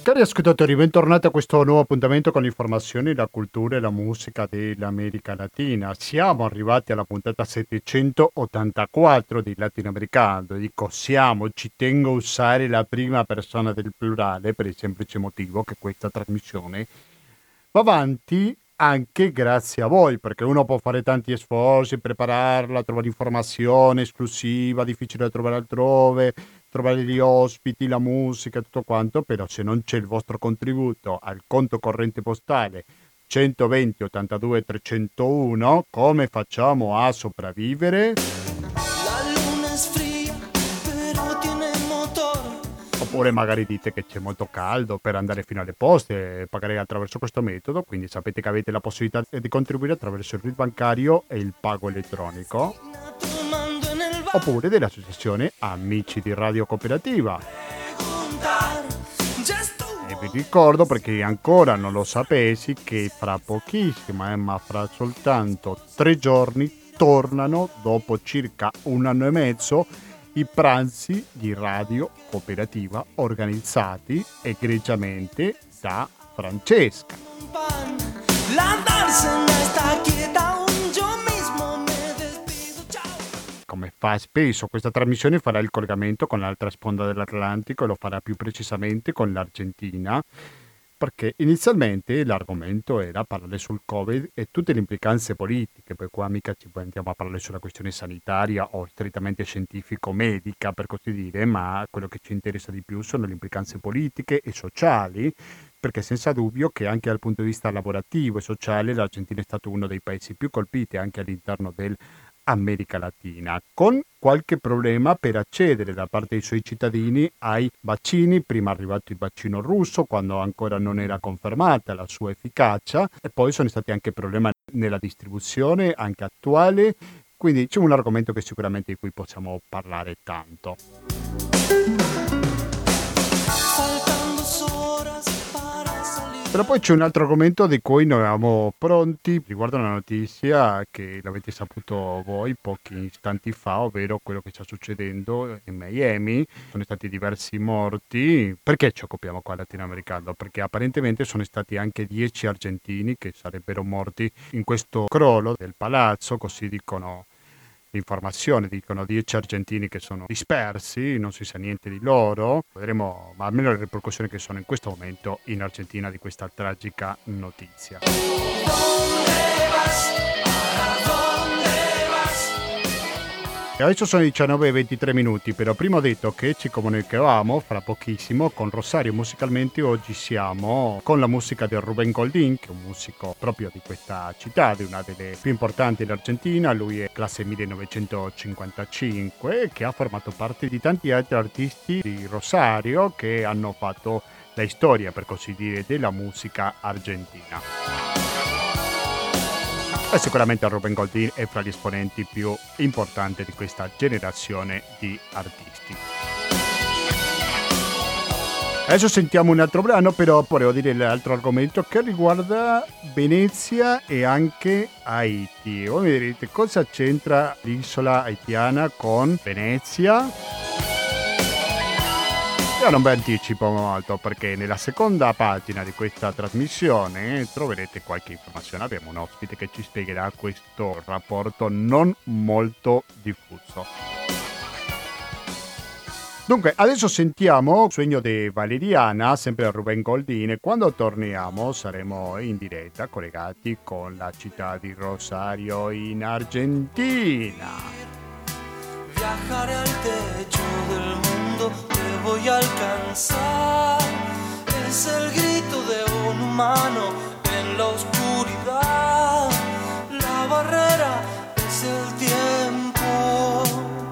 Cari ascoltatori, bentornati a questo nuovo appuntamento con le informazioni, la cultura e la musica dell'America Latina. Siamo arrivati alla puntata 784 di Latinoamericano. Dico siamo, ci tengo a usare la prima persona del plurale per il semplice motivo che questa trasmissione va avanti anche grazie a voi, perché uno può fare tanti sforzi, prepararla, trovare informazione esclusiva, difficile da trovare altrove, trovare gli ospiti, la musica, tutto quanto, però se non c'è il vostro contributo al conto corrente postale 120 82 301, come facciamo a sopravvivere? Oppure magari dite che c'è molto caldo per andare fino alle poste e pagare attraverso questo metodo, quindi sapete che avete la possibilità di contribuire attraverso il RID bancario e il pago elettronico. Oppure dell'associazione Amici di Radio Cooperativa. E vi ricordo, perché ancora non lo sapessi, che fra pochissimo, ma fra soltanto 3 giorni, tornano dopo circa 1 anno e mezzo i pranzi di Radio Cooperativa organizzati egregiamente da Francesca. Come fa spesso, questa trasmissione farà il collegamento con l'altra sponda dell'Atlantico e lo farà più precisamente con l'Argentina, perché inizialmente l'argomento era parlare sul Covid e tutte le implicanze politiche, poi qua mica ci andiamo a parlare sulla questione sanitaria o strettamente scientifico-medica, per così dire, ma quello che ci interessa di più sono le implicanze politiche e sociali, perché senza dubbio che anche dal punto di vista lavorativo e sociale l'Argentina è stato uno dei paesi più colpiti anche all'interno dell'America Latina, con qualche problema per accedere da parte dei suoi cittadini ai vaccini. Prima è arrivato il vaccino russo quando ancora non era confermata la sua efficacia, e poi sono stati anche problemi nella distribuzione anche attuale, quindi c'è un argomento che sicuramente di cui possiamo parlare tanto. Però poi c'è un altro argomento di cui noi eravamo pronti, riguarda una notizia che l'avete saputo voi pochi istanti fa, ovvero quello che sta succedendo in Miami. Sono stati diversi morti. Perché ci occupiamo qua latinoamericano? Perché apparentemente sono stati anche 10 argentini che sarebbero morti in questo crollo del palazzo, così dicono l'informazione, dicono 10 argentini che sono dispersi, non si sa niente di loro. Vedremo, ma almeno le ripercussioni che sono in questo momento in Argentina di questa tragica notizia. Adesso sono 19:23 minuti, però prima ho detto che ci comunicavamo fra pochissimo con Rosario musicalmente. Oggi siamo con la musica del Rubén Goldín, che è un musico proprio di questa città, di una delle più importanti dell'Argentina. Lui è classe 1955, che ha formato parte di tanti altri artisti di Rosario che hanno fatto la storia, per così dire, della musica argentina. E sicuramente Rubén Goldín è fra gli esponenti più importanti di questa generazione di artisti. Adesso sentiamo un altro brano, però volevo dire l'altro argomento che riguarda Venezia e anche Haiti. Voi mi direte cosa c'entra l'isola haitiana con Venezia? Io non vi anticipo molto, perché nella seconda pagina di questa trasmissione troverete qualche informazione. Abbiamo un ospite che ci spiegherà questo rapporto non molto diffuso. Dunque, adesso sentiamo Sueño de Valeriana, sempre a Rubén Goldín, e quando torniamo saremo in diretta collegati con la città di Rosario in Argentina. Viajaré al techo del mundo, te voy a alcanzar. Es el grito de un humano en la oscuridad. La barrera es el tiempo.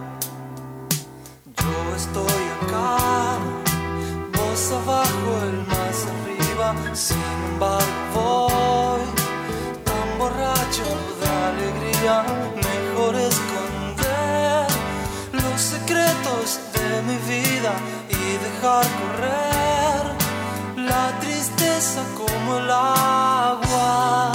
Yo estoy acá, vos abajo, el más arriba. Sin embargo voy tan borracho de alegría. Mejor esconder los secretos de mi vida y dejar correr la tristeza como el agua.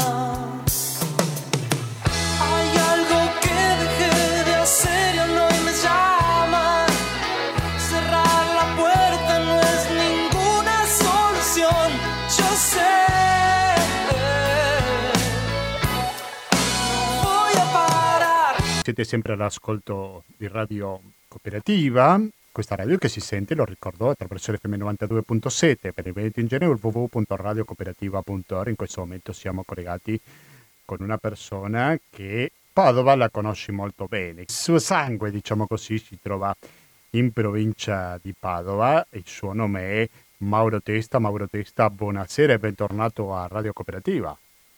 Hay algo que dejé de hacer y aún hoy me llama. Cerrar la puerta no es ninguna solución. Siete sempre all'ascolto di Radio Cooperativa, questa radio che si sente, lo ricordo, attraverso l'FM 92.7 per il Veneto in genere, www.radiocooperativa.org. In questo momento siamo collegati con una persona che Padova la conosci molto bene. Il suo sangue, diciamo così, si trova in provincia di Padova. Il suo nome è Mauro Testa. Mauro Testa, buonasera e bentornato a Radio Cooperativa.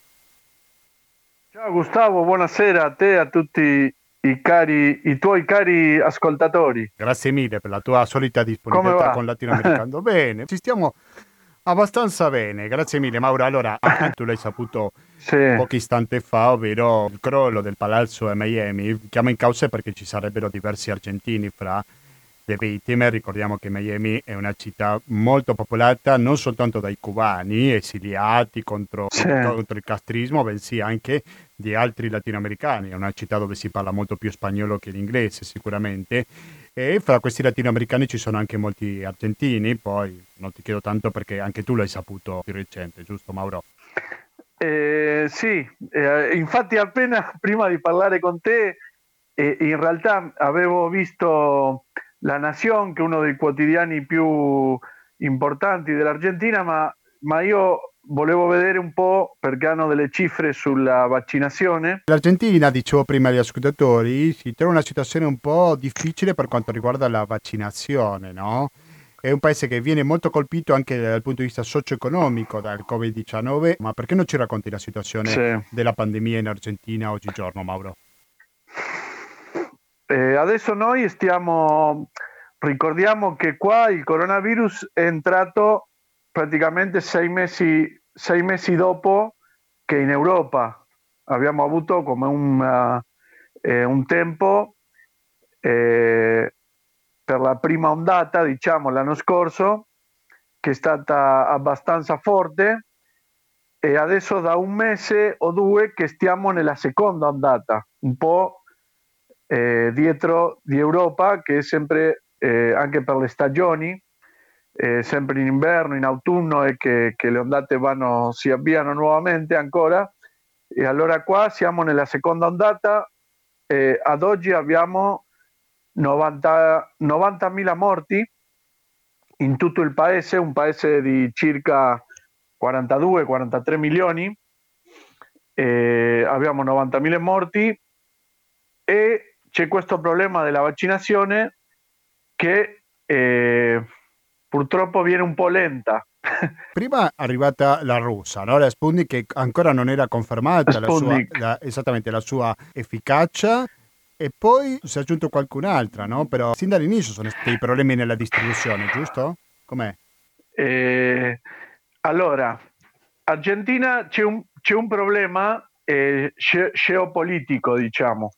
Ciao Gustavo, buonasera a te e a tutti i tuoi cari ascoltatori. Grazie mille per la tua solita disponibilità con Latinoamericano. Bene, ci stiamo abbastanza bene, grazie mille Mauro. Allora, tu l'hai saputo pochi istanti fa, ovvero il crollo del palazzo a Miami. Chiamo in causa perché ci sarebbero diversi argentini fra le vittime. Ricordiamo che Miami è una città molto popolata non soltanto dai cubani esiliati contro il castrismo, bensì anche di altri latinoamericani. È una città dove si parla molto più spagnolo che l'inglese sicuramente, e fra questi latinoamericani ci sono anche molti argentini. Poi non ti chiedo tanto perché anche tu l'hai saputo di recente, giusto Mauro? Sì, infatti appena prima di parlare con te in realtà avevo visto La Nación, che è uno dei quotidiani più importanti dell'Argentina, ma io volevo vedere un po', perché hanno delle cifre sulla vaccinazione. L'Argentina, dicevo prima agli ascoltatori, si trova in una situazione un po' difficile per quanto riguarda la vaccinazione, no? È un paese che viene molto colpito anche dal punto di vista socio-economico dal Covid-19, ma perché non ci racconti la situazione della pandemia in Argentina oggigiorno, Mauro? Adesso noi ricordiamo che qua il coronavirus è entrato praticamente 6 mesi dopo che in Europa. Abbiamo avuto come un tempo per la prima ondata, diciamo, l'anno scorso, che è stata abbastanza forte, e adesso da un mese o due che stiamo nella seconda ondata, un po' dietro di Europa, che è sempre anche per le stagioni, sempre in inverno, in autunno, e che le ondate si avviano nuovamente ancora. E allora qua siamo nella seconda ondata. Ad oggi abbiamo 90.000 morti in tutto il paese, un paese di circa 42-43 milioni. Abbiamo 90.000 morti e c'è questo problema della vaccinazione che purtroppo viene un po' lenta. Prima è arrivata la russa, no? La Sputnik, che ancora non era confermata esattamente la sua efficacia, e poi si è aggiunto qualcun'altra, no? Però sin dall'inizio sono stati problemi nella distribuzione, giusto? Com'è? Allora, Argentina c'è un problema geopolitico, diciamo.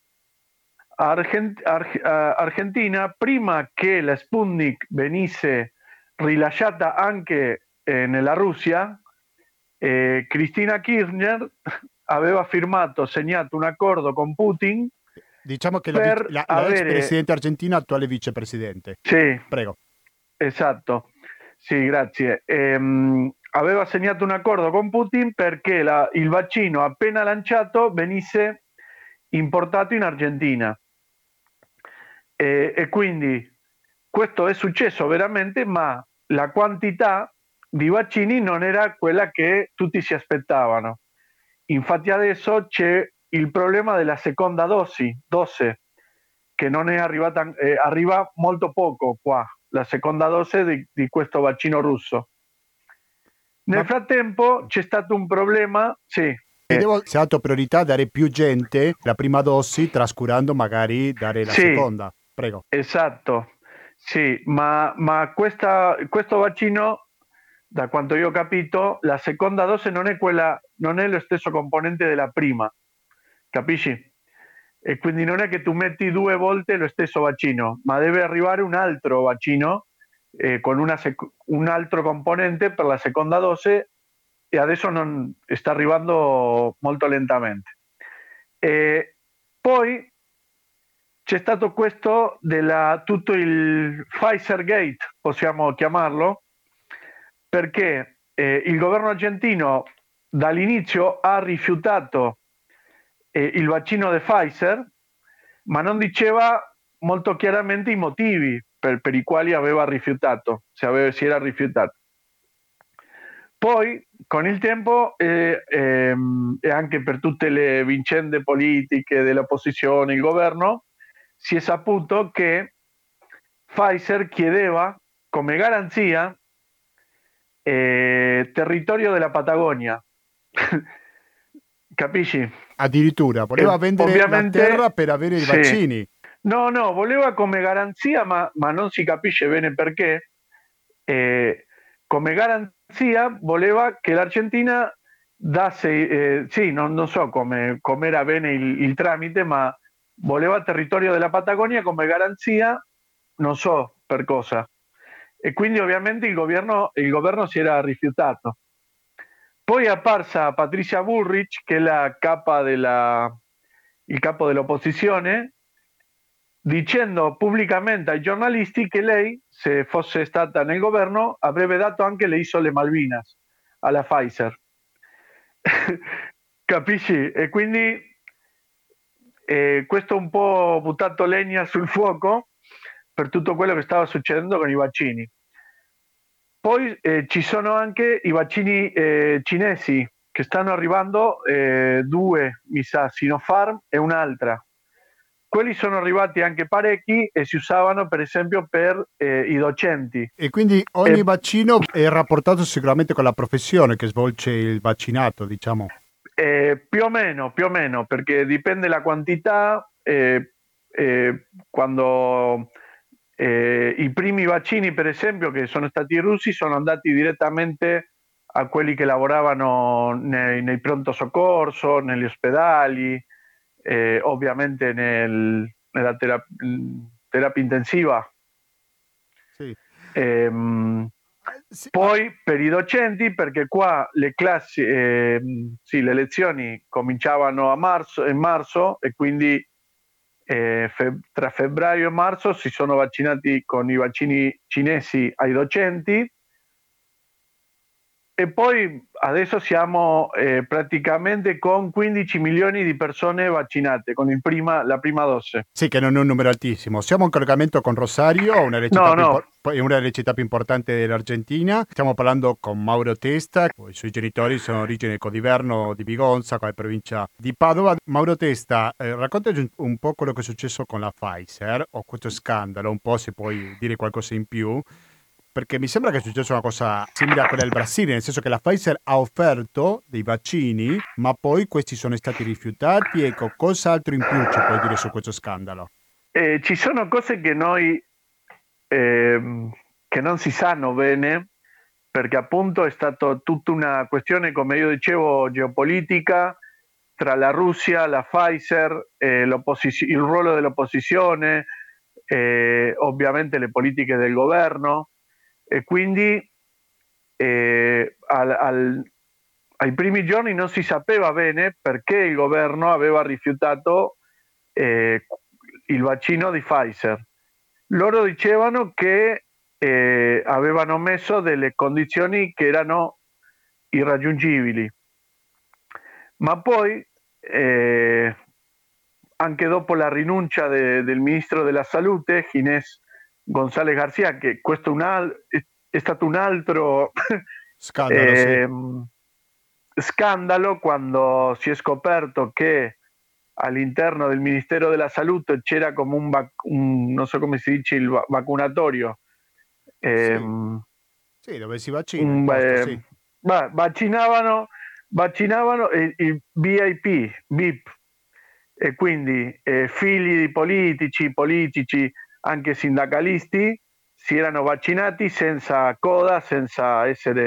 Argentina, prima che la Sputnik venisse rilasciata anche nella Russia, Cristina Kirchner aveva segnato un accordo con Putin. Diciamo che la ex presidente argentina, attuale vicepresidente. Sì, prego. Esatto, sì, grazie. Aveva segnato un accordo con Putin perché il vaccino appena lanciato venisse importato in Argentina. E quindi questo è successo veramente, ma la quantità di vaccini non era quella che tutti si aspettavano. Infatti adesso c'è il problema della seconda dose, che non è arrivata, arriva molto poco qua, la seconda dose di questo vaccino russo. Nel frattempo c'è stato un problema, sì. Se è dato priorità a dare più gente la prima dose, trascurando magari dare la seconda. Prego. Esatto, sì, ma questo vaccino, da quanto io ho capito, la seconda dose non è lo stesso componente della prima, capisci? E quindi non è che tu metti 2 volte lo stesso vaccino, ma deve arrivare un altro vaccino con un altro componente per la seconda dose, e adesso non sta arrivando molto lentamente. E poi c'è stato questo tutto il Pfizer Gate, possiamo chiamarlo, perché il governo argentino dall'inizio ha rifiutato il vaccino di Pfizer, ma non diceva molto chiaramente i motivi per i quali aveva rifiutato, si era rifiutato. Poi, con il tempo, e anche per tutte le vicende politiche dell'opposizione, il governo, si è saputo che Pfizer chiedeva come garanzia territorio della Patagonia. Capisci? Addirittura voleva vendere la terra Ovviamente per avere i sì. vaccini. No, voleva come garanzia, ma non si capisce bene perché. Come garanzia voleva che l'Argentina dasse, sì, non so come era bene il tramite, ma voleva territorio della Patagonia come garanzia, non so per cosa. E quindi ovviamente il governo si era rifiutato. Poi è apparsa Patricia Bullrich, che è il capo dell'opposizione, dicendo pubblicamente ai giornalisti che lei, se fosse stata nel governo, avrebbe dato anche le isole Malvinas alla Pfizer. Capisci? E quindi questo un po' buttato legna sul fuoco per tutto quello che stava succedendo con i vaccini. Poi ci sono anche i vaccini cinesi che stanno arrivando, due, mi sa, Sinopharm e un'altra. Quelli sono arrivati anche parecchi e si usavano per esempio per i docenti. E quindi ogni vaccino è rapportato sicuramente con la professione che svolge il vaccinato, diciamo. Più o meno, perché dipende la quantità. Quando i primi vaccini, per esempio, che sono stati russi, sono andati direttamente a quelli che lavoravano nei pronto soccorso, negli ospedali, ovviamente nella terapia intensiva. Sì. Sì. Poi per i docenti, perché qua le classi, sì, le lezioni cominciavano in marzo e quindi tra febbraio e marzo si sono vaccinati con i vaccini cinesi ai docenti. E poi adesso siamo praticamente con 15 milioni di persone vaccinate con la prima dose. Sì, che non è un numero altissimo. Siamo in collegamento con Rosario, una delle città, No. una delle città più importanti dell'Argentina. Stiamo parlando con Mauro Testa, i suoi genitori sono origine Codiverno di Bigonza, qua in provincia di Padova. Mauro Testa, raccontaci un po' quello che è successo con la Pfizer, o questo scandalo, un po' se puoi dire qualcosa in più. Perché mi sembra che è successa una cosa simile a quella del Brasile, nel senso che la Pfizer ha offerto dei vaccini, ma poi questi sono stati rifiutati. Ecco, cos'altro in più ci puoi dire su questo scandalo? Ci sono cose che che non si sanno bene, perché appunto è stata tutta una questione, come io dicevo, geopolitica tra la Russia, la Pfizer, il ruolo dell'opposizione, ovviamente le politiche del governo. E quindi ai primi giorni non si sapeva bene perché il governo aveva rifiutato il vaccino di Pfizer. Loro dicevano che avevano messo delle condizioni che erano irraggiungibili, ma poi anche dopo la rinuncia del ministro della salute, Ginés González García, che questo è stato un altro Scandalo, sì. scandalo, quando si è scoperto che all'interno del Ministero della Salute c'era come non so come si dice, il vacunatorio. Sì, dove si vaccina, il posto, sì. Vaccinavano il VIP, e quindi figli di politici, anche sindacalisti, si erano vaccinati senza coda, senza essere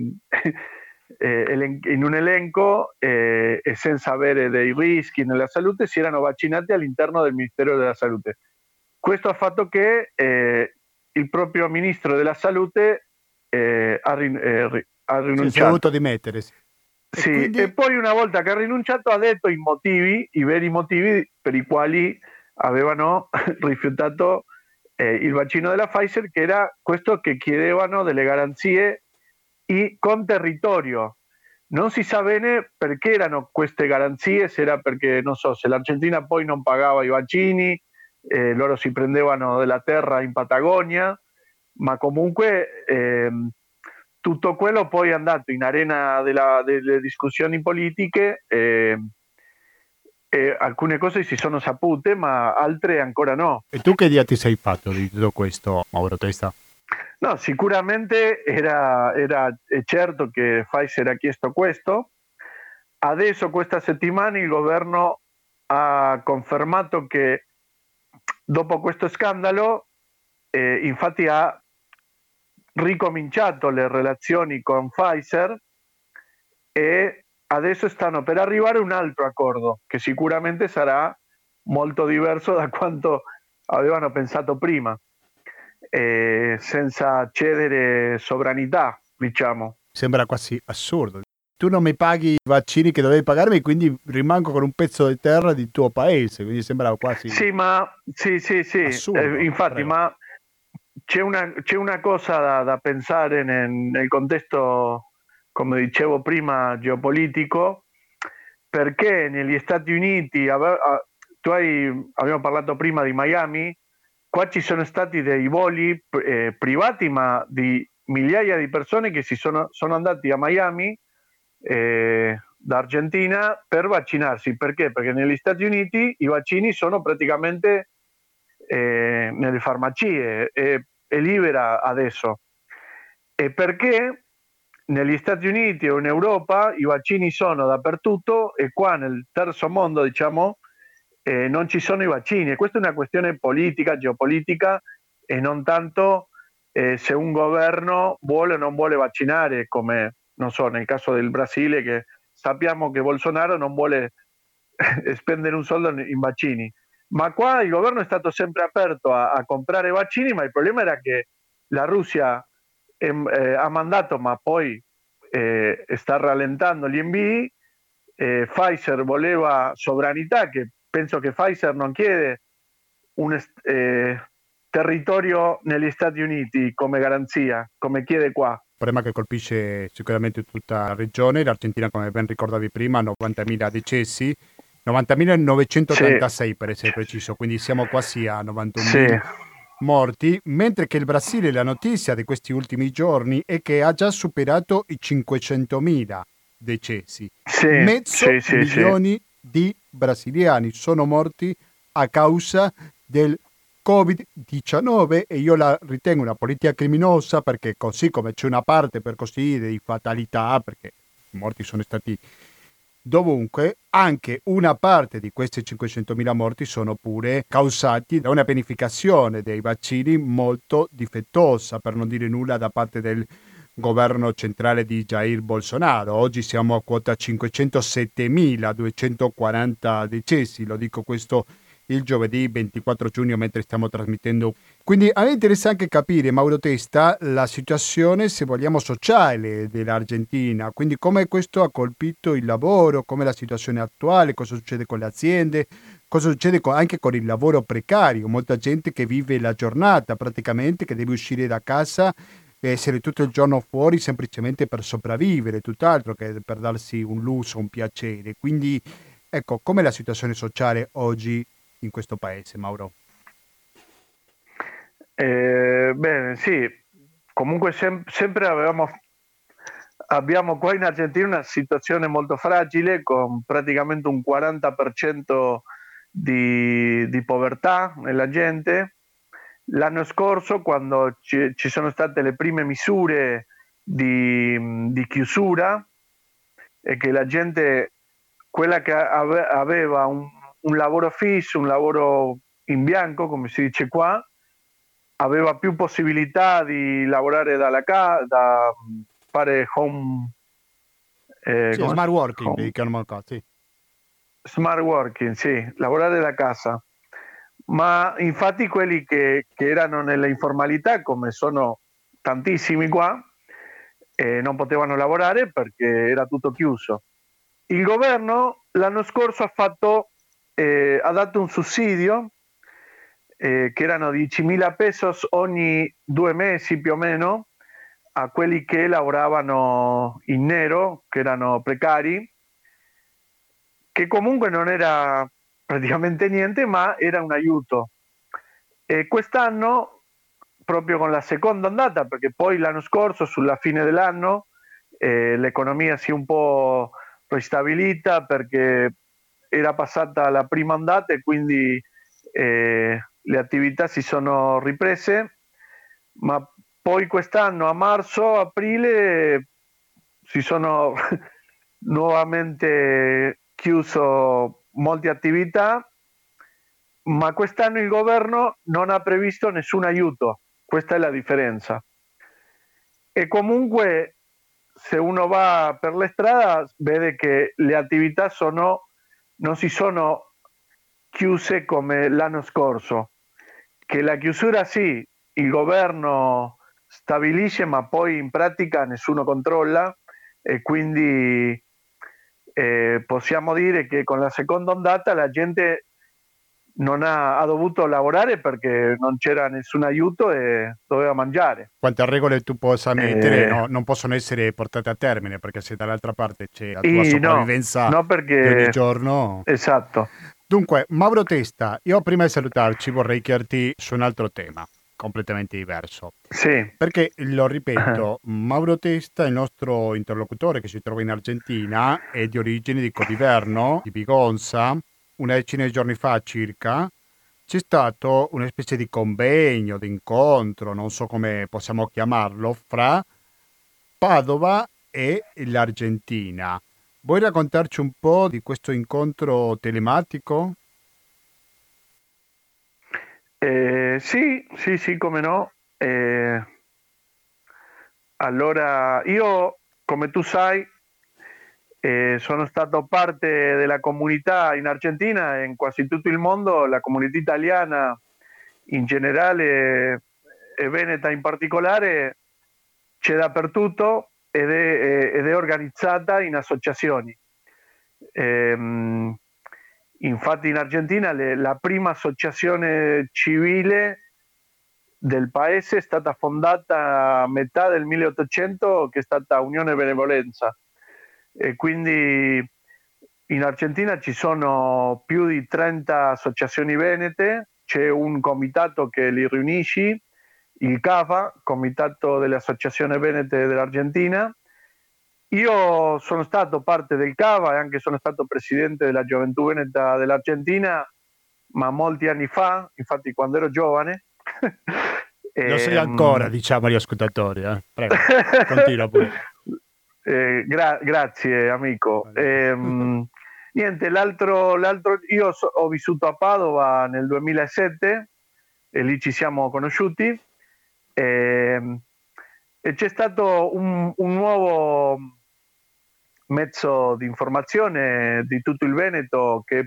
in un elenco e senza avere dei rischi nella salute, si erano vaccinati all'interno del Ministero della Salute. Questo ha fatto che il proprio Ministro della Salute ha rinunciato. Si è dovuto dimettere. Sì, quindi... e poi una volta che ha rinunciato ha detto i veri motivi per i quali avevano rifiutato il vaccino della Pfizer, che era questo, che chiedevano delle garanzie con territorio. Non si sa bene perché erano queste garanzie, se era perché, non so, se l'Argentina poi non pagava i vaccini, loro si prendevano della terra in Patagonia, ma comunque tutto quello poi è andato in arena delle discussioni politiche e alcune cose si sono sapute, ma altre ancora no. E tu che idea ti sei fatto di tutto questo, Mauro Testa? No, sicuramente è certo che Pfizer ha chiesto questo. Adesso, questa settimana, il governo ha confermato che dopo questo scandalo, infatti ha ricominciato le relazioni con Pfizer e adesso stanno per arrivare a un altro accordo che sicuramente sarà molto diverso da quanto avevano pensato prima, senza cedere sovranità, diciamo. Sembra quasi assurdo. Tu non mi paghi i vaccini che dovevi pagarmi, quindi rimango con un pezzo di terra di tuo paese, quindi sembra quasi Sì, ma sì, assurdo. infatti, Prego. ma c'è una cosa da pensare nel contesto, come dicevo prima, geopolitico, perché negli Stati Uniti, abbiamo parlato prima di Miami, qua ci sono stati dei voli privati, ma di migliaia di persone che sono andati a Miami da Argentina per vaccinarsi. Perché? Perché negli Stati Uniti i vaccini sono praticamente nelle farmacie, è libera adesso. E perché negli Stati Uniti o in Europa i vaccini sono dappertutto e qua nel terzo mondo, diciamo, non ci sono i vaccini. E questa è una questione politica, geopolitica, e non tanto se un governo vuole o non vuole vaccinare, come, non so, nel caso del Brasile, che sappiamo che Bolsonaro non vuole spendere un soldo in vaccini. Ma qua il governo è stato sempre aperto a comprare vaccini, ma il problema era che la Russia ha mandato, ma poi sta rallentando gli invii. Pfizer voleva sovranità, che penso che Pfizer non chiede un territorio negli Stati Uniti come garanzia, come chiede qua. Problema che colpisce sicuramente tutta la regione. L'Argentina, come ben ricordavi prima, 90.000 decessi, Sì, 90.986 per essere preciso, quindi siamo quasi a sì, 91.000 morti, mentre che il Brasile, la notizia di questi ultimi giorni è che ha già superato i 500.000 decessi. sì, Mezzo sì, sì, sì. milione di brasiliani sono morti a causa del Covid-19 e io la ritengo una politica criminosa perché così come c'è una parte per così dire di fatalità, perché i morti sono stati dovunque, anche una parte di questi 500.000 morti sono pure causati da una pianificazione dei vaccini molto difettosa, per non dire nulla, da parte del governo centrale di Jair Bolsonaro. Oggi siamo a quota 507.240 decessi, lo dico questo il giovedì 24 giugno mentre stiamo trasmettendo. Quindi a me interessa anche capire, Mauro Testa, la situazione, se vogliamo, sociale dell'Argentina, quindi come questo ha colpito il lavoro, come la situazione attuale, cosa succede con le aziende, cosa succede anche con il lavoro precario, molta gente che vive la giornata praticamente, che deve uscire da casa e essere tutto il giorno fuori semplicemente per sopravvivere, tutt'altro che per darsi un lusso, un piacere. Quindi ecco, com'è la situazione sociale oggi in questo paese, Mauro? Bene, sì, comunque sempre abbiamo qua in Argentina una situazione molto fragile con praticamente un 40% di povertà nella gente. L'anno scorso, quando ci sono state le prime misure di chiusura e che la gente, quella che aveva un lavoro fisso, un lavoro in bianco, come si dice qua, aveva più possibilità di lavorare dalla casa, da fare home, Sì, smart working, home, che chiamano qua, sì. smart working, sì, lavorare da casa. Ma infatti quelli che erano nella informalità, come sono tantissimi qua, non potevano lavorare perché era tutto chiuso. Il governo l'anno scorso ha dato un sussidio che erano 10.000 pesos ogni 2 mesi più o meno a quelli che lavoravano in nero, che erano precari, che comunque non era praticamente niente, ma era un aiuto. E quest'anno, proprio con la seconda ondata, perché poi l'anno scorso, sulla fine dell'anno, l'economia si è un po' ristabilita perché era passata la prima ondata e quindi le attività si sono riprese, ma poi quest'anno a marzo, aprile si sono nuovamente chiuso molte attività, ma quest'anno il governo non ha previsto nessun aiuto, questa è la differenza. E comunque se uno va per le strade vede che le attività non si sono chiuse come l'anno scorso, che la chiusura sì, il governo stabilisce, ma poi in pratica nessuno controlla e quindi possiamo dire che con la seconda ondata la gente non ha dovuto lavorare perché non c'era nessun aiuto e doveva mangiare. Quante regole tu possa mettere, Eh, no, non possono essere portate a termine, perché se dall'altra parte c'è la tua e no, sopravvivenza no di ogni perché giorno. esatto, Dunque, Mauro Testa, io prima di salutarci vorrei chiederti su un altro tema, completamente diverso. sì. Perché, lo ripeto, Mauro Testa, il nostro interlocutore che si trova in Argentina, è di origine di Codiverno, di Bigonza. Una decina di giorni fa circa c'è stato una specie di convegno, di incontro, non so come possiamo chiamarlo, fra Padova e l'Argentina. Vuoi raccontarci un po' di questo incontro telematico? Sì, sì, sì, come no. Allora, io, come tu sai, sono stato parte della comunità in Argentina e in quasi tutto il mondo, la comunità italiana in generale e veneta in particolare c'è dappertutto ed è organizzata in associazioni. Ehm, Infatti in Argentina la prima associazione civile del paese è stata fondata a metà del 1800, che è stata Unione Benevolenza. E quindi in Argentina ci sono più di 30 associazioni venete, c'è un comitato che li riunisce, il CAFA, Comitato delle Associazioni Venete dell'Argentina. Io sono stato parte del CAVA e anche sono stato presidente della Gioventù Veneta dell'Argentina, ma molti anni fa, infatti quando ero giovane. Lo sei ancora, Ehm, diciamo agli ascoltatori, eh? Prego, continua pure. Grazie amico. Niente, ho vissuto a Padova nel 2007 e lì ci siamo conosciuti. Ehm, e c'è stato un nuovo mezzo di informazione di tutto il Veneto che è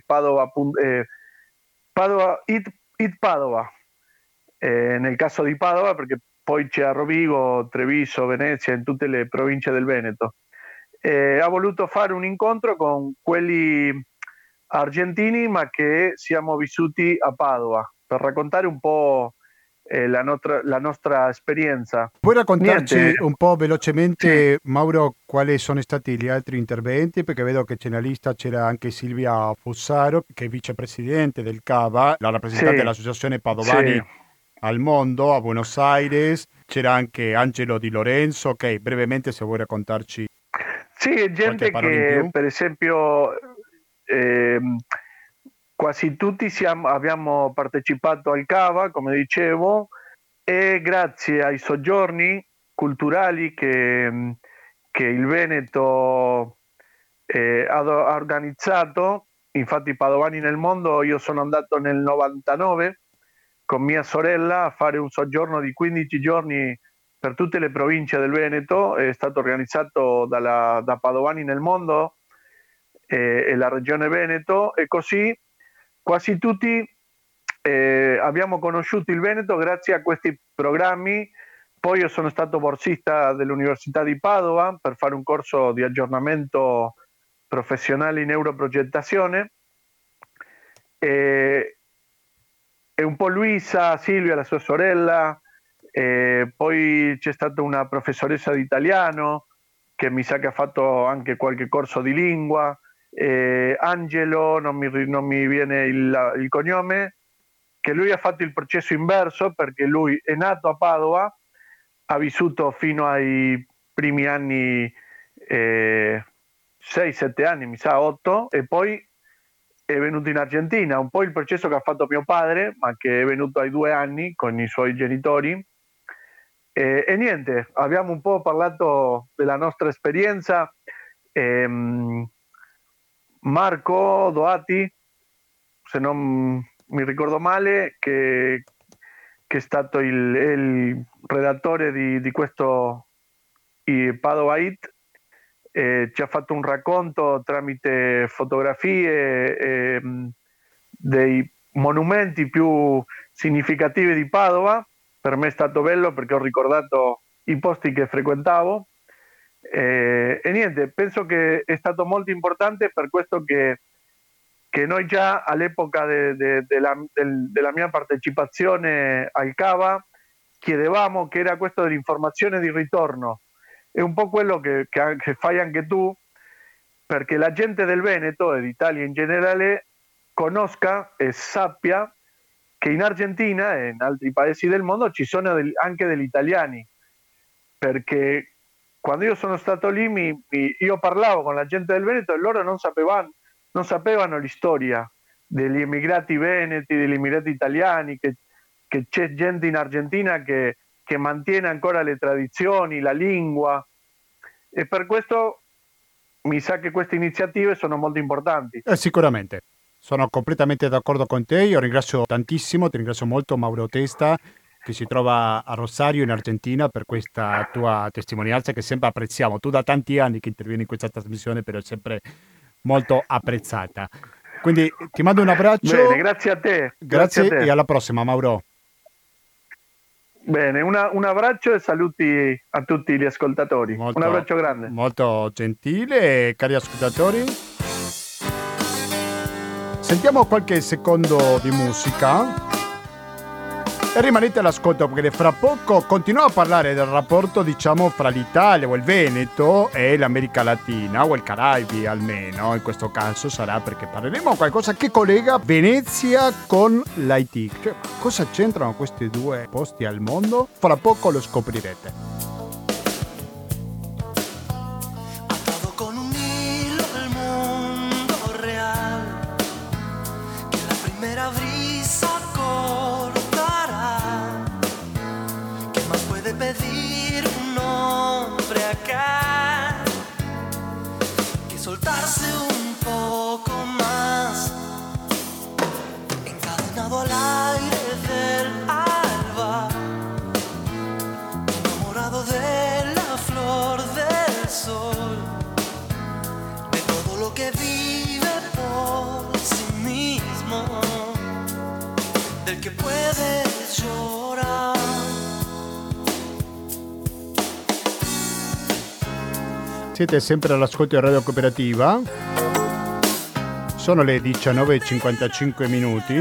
Padova It Padova, nel caso di Padova, perché poi c'è a Rovigo, Treviso, Venezia, in tutte le province del Veneto. Ha voluto fare un incontro con quelli argentini, ma che siamo vissuti a Padova, per raccontare un po' la nostra esperienza. Puoi raccontarci Niente, un po' sì, velocemente, Mauro, quali sono stati gli altri interventi? Perché vedo che nella lista c'era anche Silvia Fossaro, che è vicepresidente del CAVA, la rappresentante sì, dell'Associazione sì. Padovani al mondo, a Buenos Aires. C'era anche Angelo Di Lorenzo. Ok, brevemente se vuoi raccontarci Sì, è qualche gente parola in che più. per esempio quasi tutti abbiamo partecipato al CAVA, come dicevo, e grazie ai soggiorni culturali che il Veneto ha organizzato, infatti Padovani nel mondo, io sono andato nel 99 con mia sorella a fare un soggiorno di 15 giorni per tutte le province del Veneto, è stato organizzato da Padovani nel mondo e la regione Veneto, e così quasi tutti abbiamo conosciuto il Veneto grazie a questi programmi. Poi io sono stato borsista dell'Università di Padova per fare un corso di aggiornamento professionale in neuroprogettazione. E un po' Luisa, Silvia, la sua sorella, Poi c'è stata una professoressa di italiano che mi sa che ha fatto anche qualche corso di lingua, Angelo, non mi viene il cognome, che lui ha fatto il processo inverso perché lui è nato a Padova, ha vissuto fino ai primi anni, 6-7 anni, mi sa 8, e poi è venuto in Argentina, un po' il processo che ha fatto mio padre, ma che è venuto ai 2 anni con i suoi genitori. E niente, abbiamo un po' parlato della nostra esperienza. Ehm, Marco Doati, se non mi ricordo male, che è stato il redattore di questo Padova It, ci ha fatto un racconto tramite fotografie dei monumenti più significativi di Padova. Per me è stato bello perché ho ricordato i posti che frequentavo. E niente, penso che è stato molto importante per questo che noi già all'epoca della mia partecipazione al Cava chiedevamo che era questo dell'informazione di ritorno. È un po' quello che fai anche tu, perché la gente del Veneto e d'Italia in generale conosca e sappia che in Argentina e in altri paesi del mondo ci sono anche degli italiani, perché quando io sono stato lì io parlavo con la gente del Veneto e loro non sapevano la storia degli immigrati veneti, degli immigrati italiani, che c'è gente in Argentina che mantiene ancora le tradizioni, la lingua, e per questo mi sa che queste iniziative sono molto importanti. Sicuramente, sono completamente d'accordo con te. Io ringrazio tantissimo, ti ringrazio molto Mauro Testa, che si trova a Rosario in Argentina, per questa tua testimonianza che sempre apprezziamo. Tu da tanti anni che intervieni in questa trasmissione, però è sempre molto apprezzata. Quindi ti mando un abbraccio. Bene, grazie a te. Grazie a te. e alla prossima, Mauro. Bene, un abbraccio e saluti a tutti gli ascoltatori. Un abbraccio grande. Molto gentile, cari ascoltatori. Sentiamo qualche secondo di musica e rimanete all'ascolto perché fra poco continuiamo a parlare del rapporto, diciamo, fra l'Italia o il Veneto e l'America Latina o il Caraibi, almeno in questo caso sarà, perché parleremo di qualcosa che collega Venezia con l'Haiti. Cosa c'entrano questi due posti al mondo? Fra poco lo scoprirete. Pedir un nombre acá, que soltarse un poco más, encadenado al aire del alba, enamorado de la flor del sol, de todo lo que vive por sí mismo, del que puede llorar. Siete sempre all'ascolto di Radio Cooperativa. Sono le 19:55 minuti.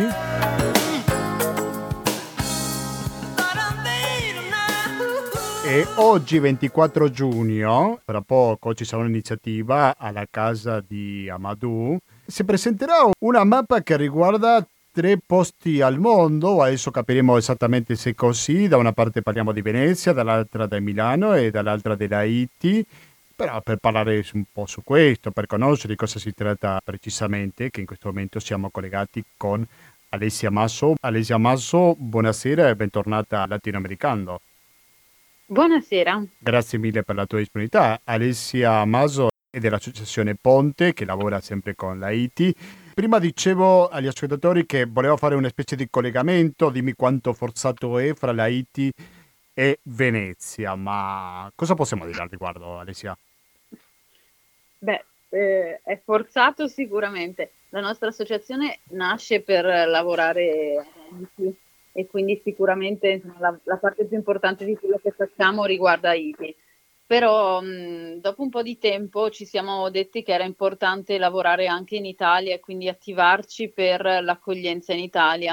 E oggi 24 giugno, tra poco ci sarà un'iniziativa alla casa di Amadou. Si presenterà una mappa che riguarda 3 posti al mondo. Adesso capiremo esattamente se è così. Da una parte parliamo di Venezia, dall'altra di Milano e dall'altra dell'Haiti. Però per parlare un po' su questo, per conoscere di cosa si tratta precisamente, che in questo momento siamo collegati con Alessia Masso. Alessia Masso, buonasera e bentornata a Latinoamericano. Buonasera. Grazie mille per la tua disponibilità. Alessia Masso è dell'associazione Ponte, che lavora sempre con l'Haiti. Prima dicevo agli ascoltatori che volevo fare una specie di collegamento, dimmi quanto forzato è fra l'Haiti e Venezia, ma cosa possiamo dire al riguardo, Alessia? Beh, è forzato sicuramente. La nostra associazione nasce per lavorare e quindi sicuramente insomma, la parte più importante di quello che facciamo riguarda Haiti. Però dopo un po' di tempo ci siamo detti che era importante lavorare anche in Italia e quindi attivarci per l'accoglienza in Italia.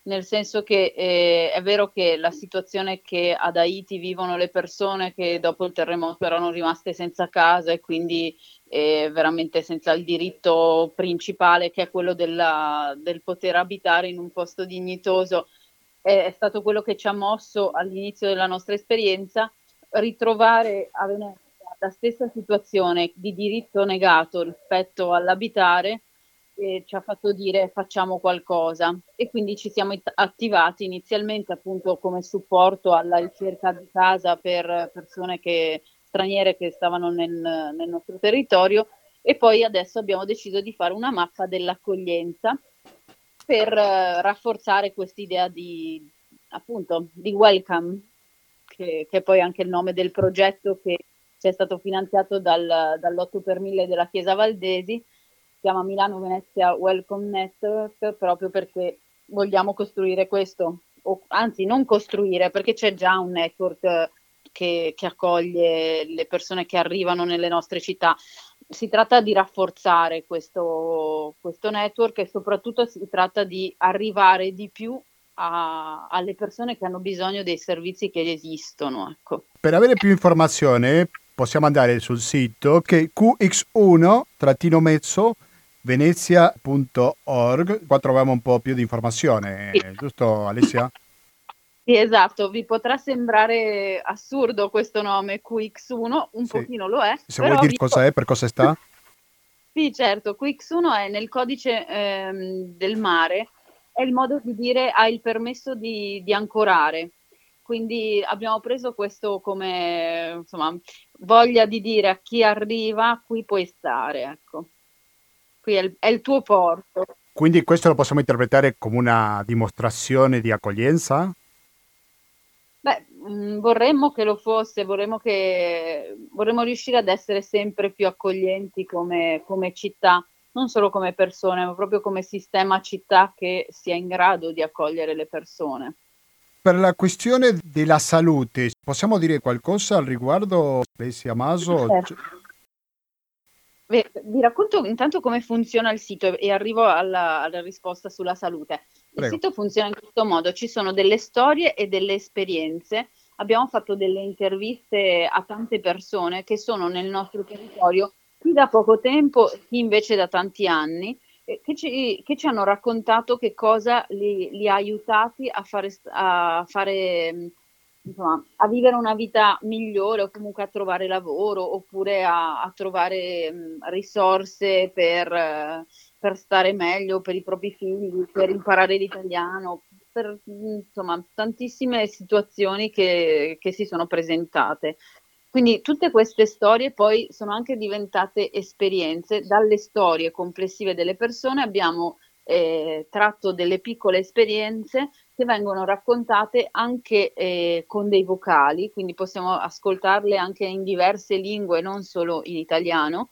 nel senso che è vero che la situazione che ad Haiti vivono le persone che dopo il terremoto erano rimaste senza casa e quindi veramente senza il diritto principale, che è quello del poter abitare in un posto dignitoso, è stato quello che ci ha mosso all'inizio della nostra esperienza. Ritrovare a Venezia la stessa situazione di diritto negato rispetto all'abitare ci ha fatto dire facciamo qualcosa, e quindi ci siamo attivati inizialmente appunto come supporto alla ricerca di casa per persone straniere che stavano nel nostro territorio, e poi adesso abbiamo deciso di fare una mappa dell'accoglienza per rafforzare quest'idea appunto di welcome, che è poi anche il nome del progetto che ci è stato finanziato dall'8 per 1000 della Chiesa Valdesi. Si chiama Milano Venezia Welcome Network, proprio perché vogliamo costruire questo, o anzi non costruire, perché c'è già un network che accoglie le persone che arrivano nelle nostre città. Si tratta di rafforzare questo network, e soprattutto si tratta di arrivare di più alle persone che hanno bisogno dei servizi che esistono. Ecco. Per avere più informazione possiamo andare sul sito che è qx1-mezzo venezia.org. Qua troviamo un po' più di informazione, giusto Alessia? Sì, esatto, vi potrà sembrare assurdo questo nome QX1, un Sì. pochino lo è. Se vuoi dire cosa è, per cosa sta? Sì, certo, QX1 è nel codice del mare, è il modo di dire hai il permesso di ancorare. Quindi abbiamo preso questo come, insomma, voglia di dire a chi arriva, qui puoi stare, ecco. Qui è il tuo porto. Quindi questo lo possiamo interpretare come una dimostrazione di accoglienza? Beh, vorremmo che lo fosse, vorremmo riuscire ad essere sempre più accoglienti come città, non solo come persone, ma proprio come sistema città che sia in grado di accogliere le persone. Per la questione della salute, possiamo dire qualcosa al riguardo, Alessia Maso? Certo. Vi racconto intanto come funziona il sito e arrivo alla risposta sulla salute. Il Prego. sito funziona in questo modo: ci sono delle storie e delle esperienze. Abbiamo fatto delle interviste a tante persone che sono nel nostro territorio, chi da poco tempo, chi invece da tanti anni, che ci hanno raccontato che cosa li ha aiutati a fare insomma, a vivere una vita migliore, o comunque a trovare lavoro, oppure a trovare risorse per stare meglio per i propri figli, per imparare l'italiano, per insomma tantissime situazioni che si sono presentate. Quindi tutte queste storie poi sono anche diventate esperienze. Dalle storie complessive delle persone abbiamo tratto delle piccole esperienze che vengono raccontate anche con dei vocali, quindi possiamo ascoltarle anche in diverse lingue, non solo in italiano,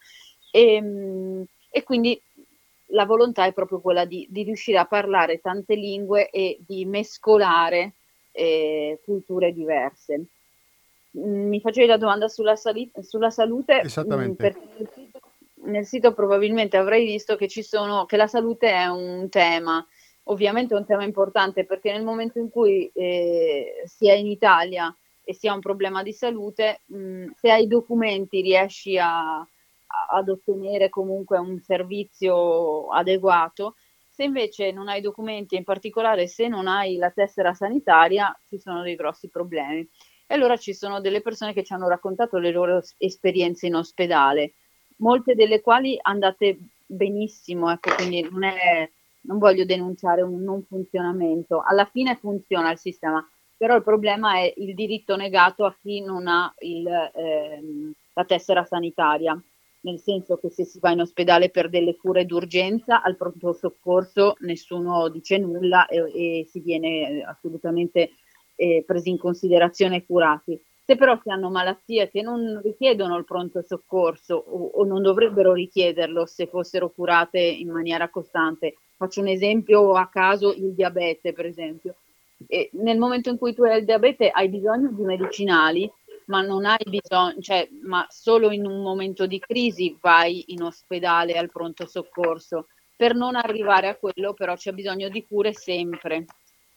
e quindi la volontà è proprio quella di riuscire a parlare tante lingue e di mescolare culture diverse. Mi facevi la domanda sulla salute, Esattamente. perché nel sito probabilmente avrei visto che la salute è un tema. Ovviamente è un tema importante, perché nel momento in cui si è in Italia e si ha un problema di salute, se hai i documenti riesci ad ottenere comunque un servizio adeguato. Se invece non hai documenti, e in particolare se non hai la tessera sanitaria, ci sono dei grossi problemi. E allora ci sono delle persone che ci hanno raccontato le loro esperienze in ospedale, molte delle quali andate benissimo, ecco, quindi non voglio denunciare un non funzionamento. Alla fine funziona il sistema, però il problema è il diritto negato a chi non ha la tessera sanitaria, nel senso che se si va in ospedale per delle cure d'urgenza, al pronto soccorso nessuno dice nulla e si viene assolutamente presi in considerazione e curati. Se però si hanno malattie che non richiedono il pronto soccorso o non dovrebbero richiederlo se fossero curate in maniera costante, faccio un esempio a caso: il diabete per esempio. E nel momento in cui tu hai il diabete hai bisogno di medicinali, ma non hai bisogno, cioè, ma solo in un momento di crisi vai in ospedale al pronto soccorso. Per non arrivare a quello però c'è bisogno di cure sempre.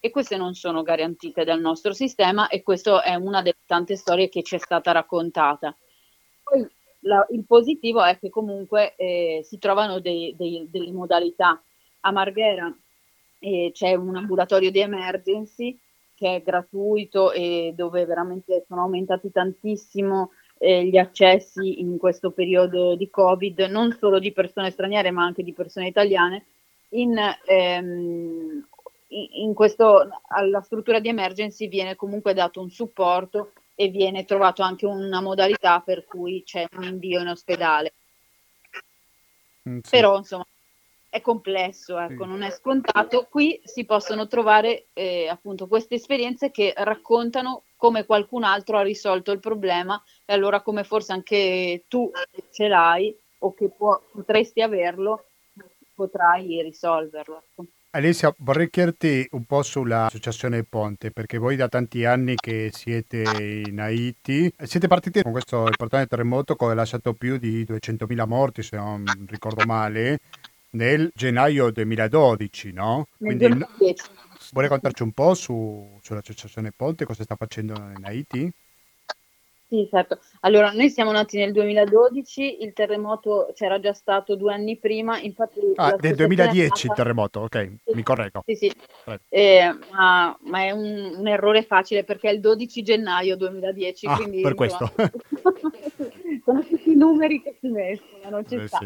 e queste non sono garantite dal nostro sistema e questa è una delle tante storie che ci è stata raccontata. Poi il positivo è che comunque si trovano delle modalità. A Marghera c'è un ambulatorio di emergency che è gratuito e dove veramente sono aumentati tantissimo gli accessi in questo periodo di Covid, non solo di persone straniere ma anche di persone italiane. In questo, alla struttura di emergency viene comunque dato un supporto e viene trovato anche una modalità per cui c'è un invio in ospedale. Sì. Però insomma è complesso, ecco, non è scontato. Qui si possono trovare appunto queste esperienze che raccontano come qualcun altro ha risolto il problema e allora come forse anche tu ce l'hai o che potresti averlo, potrai risolverlo. Ecco. Alessia, vorrei chiederti un po' sull'associazione Ponte, perché voi da tanti anni che siete in Haiti, siete partiti con questo importante terremoto che ha lasciato più di 200.000 morti, se non ricordo male, nel gennaio 2012, no? Nel Quindi 2010. vuoi raccontarci un po' sull'associazione Ponte, cosa sta facendo in Haiti? Sì, certo. Allora, noi siamo nati nel 2012, il terremoto c'era già stato 2 anni prima, infatti Ah, del l'associazione è 2010 il nata... terremoto, ok, mi correggo. Sì, sì, Prego. ma è un errore facile perché è il 12 gennaio 2010, Ah, quindi per insomma, questo. sono tutti i numeri che si mescolano, ci sta. Sì.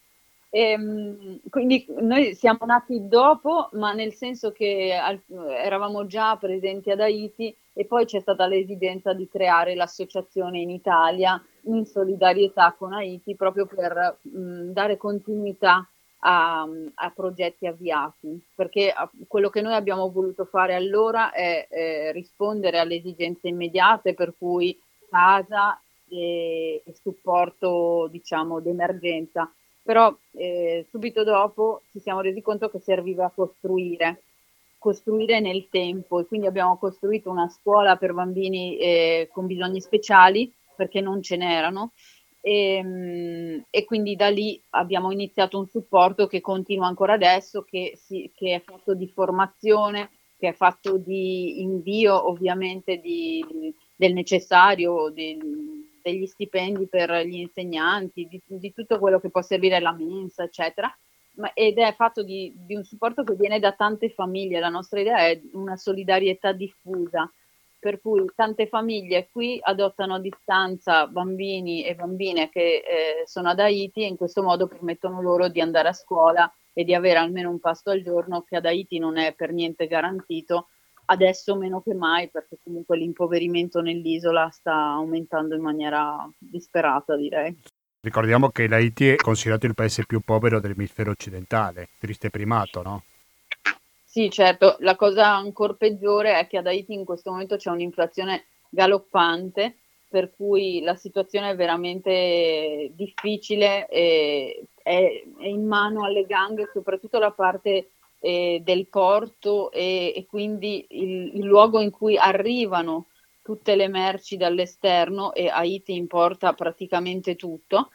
Quindi noi siamo nati dopo, ma nel senso che eravamo già presenti ad Haiti e poi c'è stata l'esigenza di creare l'associazione in Italia in solidarietà con Haiti proprio per dare continuità a progetti avviati, perché quello che noi abbiamo voluto fare allora è rispondere alle esigenze immediate, per cui casa e supporto, diciamo, d'emergenza. Però subito dopo ci siamo resi conto che serviva costruire nel tempo e quindi abbiamo costruito una scuola per bambini con bisogni speciali perché non ce n'erano e quindi da lì abbiamo iniziato un supporto che continua ancora adesso, che è fatto di formazione, che è fatto di invio ovviamente del necessario, degli stipendi per gli insegnanti, di tutto quello che può servire alla mensa, eccetera. Ed è fatto di un supporto che viene da tante famiglie. La nostra idea è una solidarietà diffusa, per cui tante famiglie qui adottano a distanza bambini e bambine che sono ad Haiti e in questo modo permettono loro di andare a scuola e di avere almeno un pasto al giorno, che ad Haiti non è per niente garantito, adesso meno che mai, perché comunque l'impoverimento nell'isola sta aumentando in maniera disperata, direi. Ricordiamo che l'Haiti è considerato il paese più povero dell'emisfero occidentale, triste primato, no? Sì, certo, la cosa ancora peggiore è che ad Haiti in questo momento c'è un'inflazione galoppante, per cui la situazione è veramente difficile, è in mano alle gang, soprattutto la parte del porto e quindi il luogo in cui arrivano tutte le merci dall'esterno e Haiti importa praticamente tutto.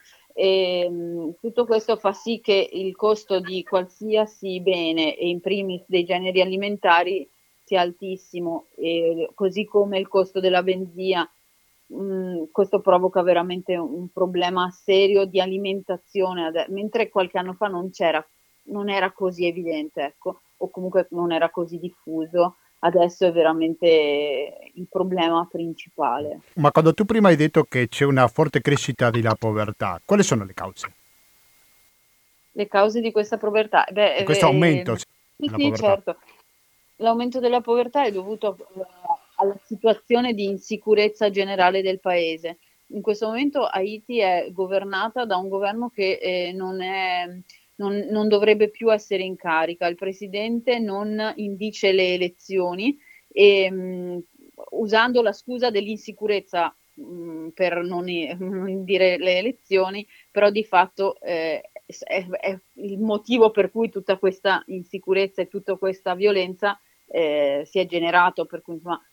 Tutto questo fa sì che il costo di qualsiasi bene, e in primis dei generi alimentari, sia altissimo, così come il costo della benzina. Questo provoca veramente un problema serio di alimentazione, mentre qualche anno fa non era così evidente, ecco, o comunque non era così diffuso. Adesso è veramente il problema principale. Ma quando tu prima hai detto che c'è una forte crescita della povertà, quali sono le cause Le cause di questa povertà? di questo aumento Sì, della sì, povertà? certo. L'aumento della povertà è dovuto alla situazione di insicurezza generale del paese. In questo momento Haiti è governata da un governo che non dovrebbe più essere in carica. Il presidente non indice le elezioni e usando la scusa dell'insicurezza per non dire le elezioni, però di fatto è il motivo per cui tutta questa insicurezza e tutta questa violenza si è generato, per cui insomma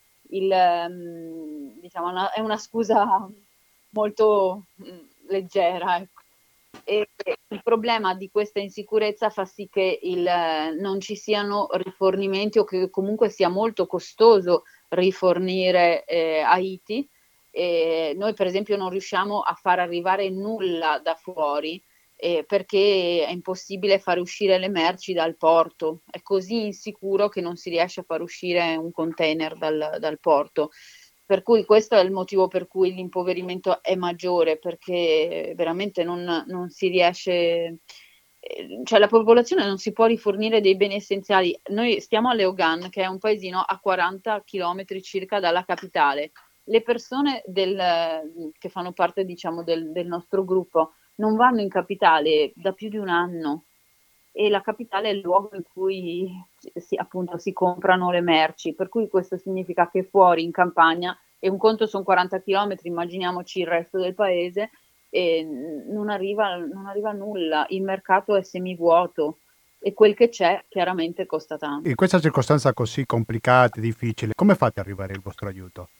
diciamo, è una scusa molto leggera. Ecco. E il problema di questa insicurezza fa sì che non ci siano rifornimenti o che comunque sia molto costoso rifornire Haiti. Noi per esempio non riusciamo a far arrivare nulla da fuori perché è impossibile fare uscire le merci dal porto, è così insicuro che non si riesce a far uscire un container dal porto. Per cui questo è il motivo per cui l'impoverimento è maggiore, perché veramente non si riesce, cioè la popolazione non si può rifornire dei beni essenziali. Noi stiamo a Leogan, che è un paesino a 40 chilometri circa dalla capitale. Le persone che fanno parte, diciamo, del nostro gruppo non vanno in capitale da più di un anno, e la capitale è il luogo in cui appunto si comprano le merci, per cui questo significa che fuori in campagna, e un conto sono 40 chilometri, immaginiamoci il resto del paese, e non arriva nulla, il mercato è semivuoto e quel che c'è chiaramente costa tanto. In questa circostanza così complicata e difficile, come fate ad arrivare il vostro aiuto?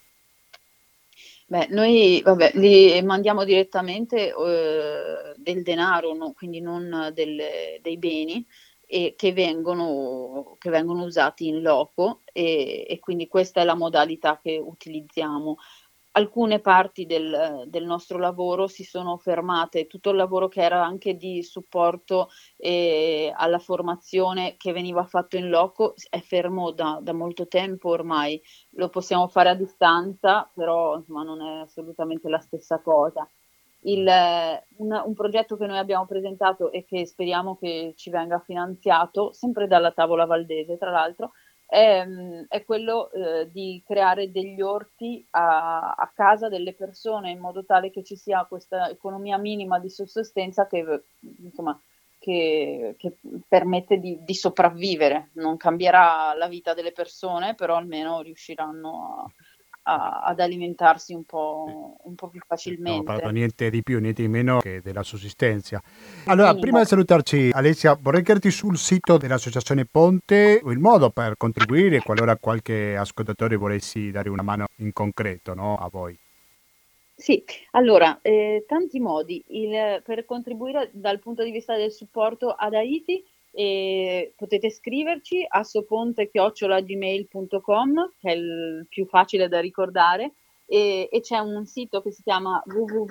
Beh, noi li mandiamo direttamente del denaro, no? Quindi non dei beni, e che vengono usati in loco, e quindi questa è la modalità che utilizziamo. Alcune parti del nostro lavoro si sono fermate, tutto il lavoro che era anche di supporto alla formazione che veniva fatto in loco è fermo da molto tempo ormai. Lo possiamo fare a distanza, però insomma, non è assolutamente la stessa cosa. Un progetto che noi abbiamo presentato e che speriamo che ci venga finanziato, sempre dalla Tavola Valdese tra l'altro, è quello di creare degli orti a casa delle persone, in modo tale che ci sia questa economia minima di sussistenza che permette di sopravvivere. Non cambierà la vita delle persone, però almeno riusciranno ad alimentarsi un po' più facilmente. Non ho parlato niente di più, niente di meno che della sussistenza. Allora, prima di salutarci, Alessia, vorrei chiederti sul sito dell'Associazione Ponte il modo per contribuire, qualora qualche ascoltatore volessi dare una mano in concreto, no, a voi. Sì, allora, tanti modi per contribuire dal punto di vista del supporto ad Haiti. Potete scriverci a soponte@gmail.com, che è il più facile da ricordare, e c'è un sito che si chiama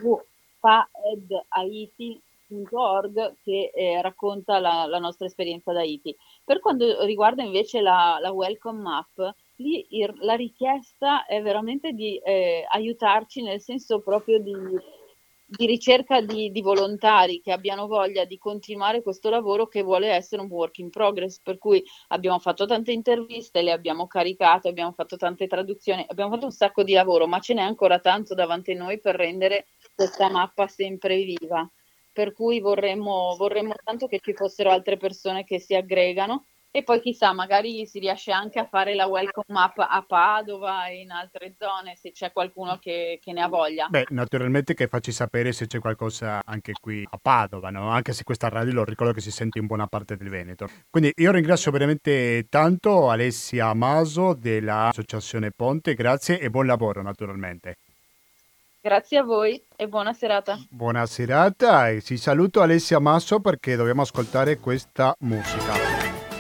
www.paedhaiti.org che racconta la nostra esperienza ad Haiti. Per quanto riguarda invece la Welcome Map, lì la richiesta è veramente di aiutarci, nel senso proprio di ricerca di volontari che abbiano voglia di continuare questo lavoro, che vuole essere un work in progress, per cui abbiamo fatto tante interviste, le abbiamo caricate, abbiamo fatto tante traduzioni, abbiamo fatto un sacco di lavoro, ma ce n'è ancora tanto davanti a noi per rendere questa mappa sempre viva, per cui vorremmo tanto che ci fossero altre persone che si aggregano. E poi chissà, magari si riesce anche a fare la welcome map a Padova e in altre zone, se c'è qualcuno che ne ha voglia. Beh, naturalmente che facci sapere se c'è qualcosa anche qui a Padova, no? Anche se questa radio lo ricordo che si sente in buona parte del Veneto. Quindi io ringrazio veramente tanto Alessia Maso dell'Associazione Ponte, grazie e buon lavoro naturalmente. Grazie a voi e buona serata. Buona serata, e si saluto Alessia Maso perché dobbiamo ascoltare questa musica.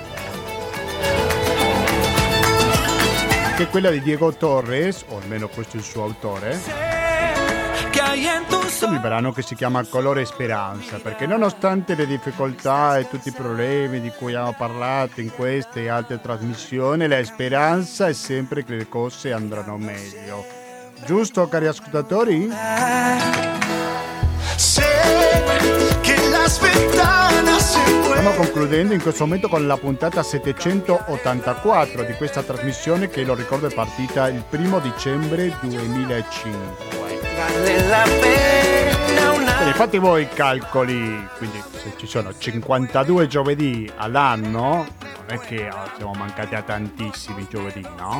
Che è quella di Diego Torres, o almeno questo è il suo autore. Il brano che si chiama Colore Speranza, perché nonostante le difficoltà e tutti i problemi di cui abbiamo parlato in queste e altre trasmissioni, la speranza è sempre che le cose andranno meglio. Giusto, cari ascoltatori? Stiamo concludendo in questo momento con la puntata 784 di questa trasmissione, che lo ricordo è partita il 1 dicembre 2005. Quindi fate voi i calcoli, quindi se ci sono 52 giovedì all'anno, non è che siamo mancati a tantissimi giovedì, no?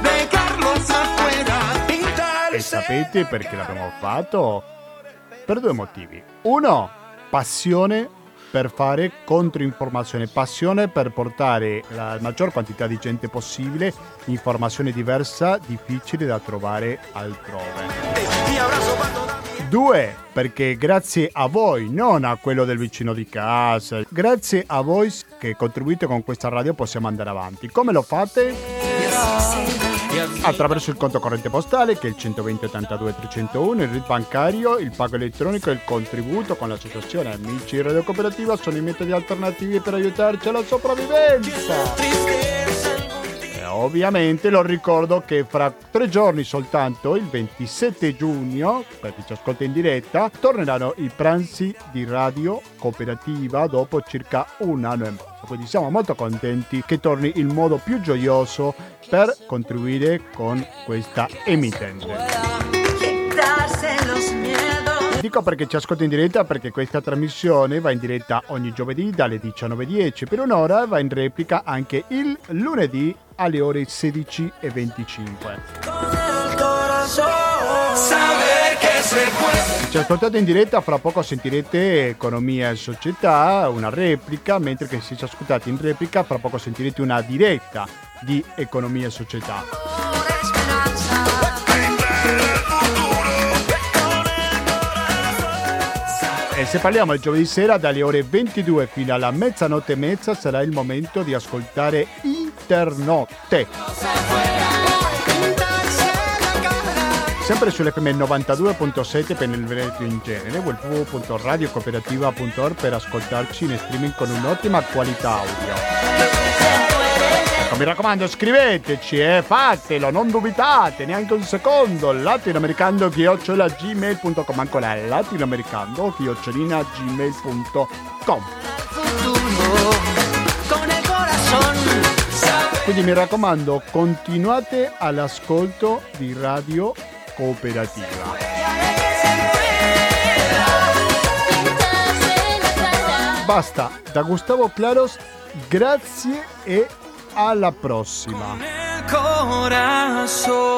E sapete perché l'abbiamo fatto? Per due motivi. Uno, passione per fare controinformazione, passione per portare la maggior quantità di gente possibile informazione diversa, difficile da trovare altrove. 2, perché grazie a voi, non a quello del vicino di casa, grazie a voi che contribuite con questa radio possiamo andare avanti. Come lo fate? Attraverso il conto corrente postale, che è il 120 82 301, il RID bancario, il pago elettronico e il contributo con l'associazione Amici Radio Cooperativa sono i metodi alternativi per aiutarci alla sopravvivenza. Ovviamente lo ricordo che fra 3 giorni soltanto, il 27 giugno, per chi ci ascolta in diretta, torneranno i pranzi di Radio Cooperativa dopo circa un anno e mezzo. Quindi siamo molto contenti che torni il modo più gioioso per contribuire con questa emittente. Dico perché ci ascolta in diretta, perché questa trasmissione va in diretta ogni giovedì dalle 19:10 per un'ora, va in replica anche il lunedì alle ore 16:25. Ci ascoltate in diretta, fra poco sentirete Economia e Società, una replica, mentre che se ci ascoltate in replica, fra poco sentirete una diretta di Economia e Società. E se parliamo il giovedì sera dalle ore 22 fino alla mezzanotte e mezza sarà il momento di ascoltare Internotte. Sempre sull'FM 92.7 per il Veneto in genere, www.radiocooperativa.org per ascoltarci in streaming con un'ottima qualità audio. Ecco, mi raccomando, scriveteci, fatelo, non dubitate neanche un secondo. latinoamericando@gmail.com, ancora latinoamericando@gmail.com. Quindi mi raccomando, continuate all'ascolto di Radio Cooperativa. Basta, da Gustavo Claros, grazie e alla prossima. Con el corazón.